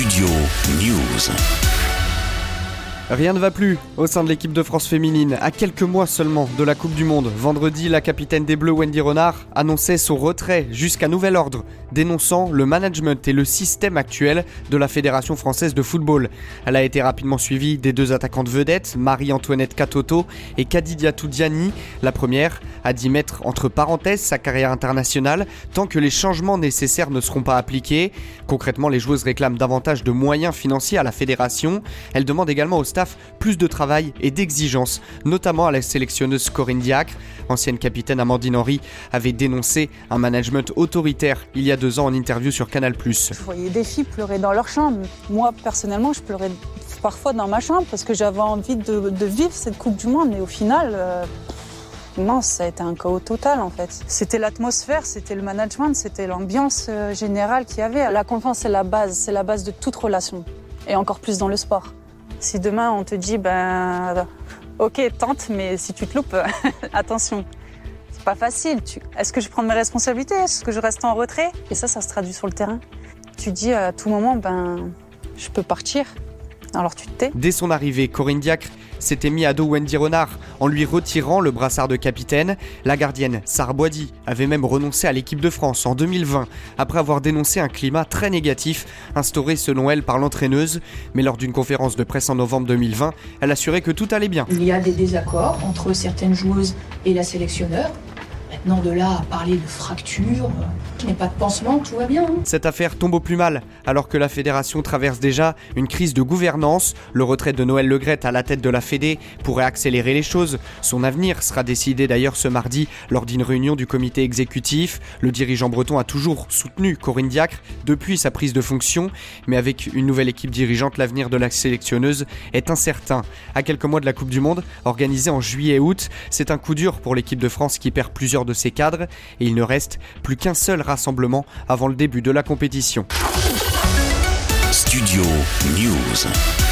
Studio News. Rien ne va plus au sein de l'équipe de France féminine. À quelques mois seulement de la Coupe du Monde, vendredi, la capitaine des Bleus, Wendy Renard, annonçait son retrait jusqu'à nouvel ordre, dénonçant le management et le système actuel de la Fédération française de football. Elle a été rapidement suivie des deux attaquantes vedettes, Marie-Antoinette Katoto et Kadidiatou Diani. La première a dit mettre entre parenthèses sa carrière internationale tant que les changements nécessaires ne seront pas appliqués. Concrètement, les joueuses réclament davantage de moyens financiers à la fédération. Elle demande également au staff plus de travail et d'exigence, notamment à la sélectionneuse Corinne Diacre. Ancienne capitaine Amandine Henry avait dénoncé un management autoritaire il y a 2 ans en interview sur Canal+. Je voyais des filles pleurer dans leur chambre. Moi, personnellement, je pleurais parfois dans ma chambre parce que j'avais envie de vivre cette Coupe du Monde. Mais au final, non, ça a été un chaos total en fait. C'était l'atmosphère, c'était le management, c'était l'ambiance générale qu'il y avait. La confiance, c'est la base de toute relation. Et encore plus dans le sport. Si demain on te dit, ok, tente, mais si tu te loupes, attention. C'est pas facile. Est-ce que je prends mes responsabilités? Est-ce que je reste en retrait? Et ça se traduit sur le terrain. Tu dis à tout moment, je peux partir. Alors tu te tais. Dès son arrivée, Corinne Diacre s'était mis à dos Wendy Renard en lui retirant le brassard de capitaine. La gardienne, Sarah Boidi, avait même renoncé à l'équipe de France en 2020 après avoir dénoncé un climat très négatif instauré selon elle par l'entraîneuse. Mais lors d'une conférence de presse en novembre 2020, elle assurait que tout allait bien. Il y a des désaccords entre certaines joueuses et la sélectionneur. Maintenant, de là à parler de fracture, qui n'est pas de pansement, tout va bien. Cette affaire tombe au plus mal, alors que la fédération traverse déjà une crise de gouvernance. Le retrait de Noëlle Le Graët à la tête de la Fédé pourrait accélérer les choses. Son avenir sera décidé d'ailleurs ce mardi lors d'une réunion du comité exécutif. Le dirigeant breton a toujours soutenu Corinne Diacre depuis sa prise de fonction, mais avec une nouvelle équipe dirigeante, l'avenir de la sélectionneuse est incertain. À quelques mois de la Coupe du Monde, organisée en juillet-août, c'est un coup dur pour l'équipe de France qui perd plusieurs de ses cadres et il ne reste plus qu'un seul rassemblement avant le début de la compétition. Studio News.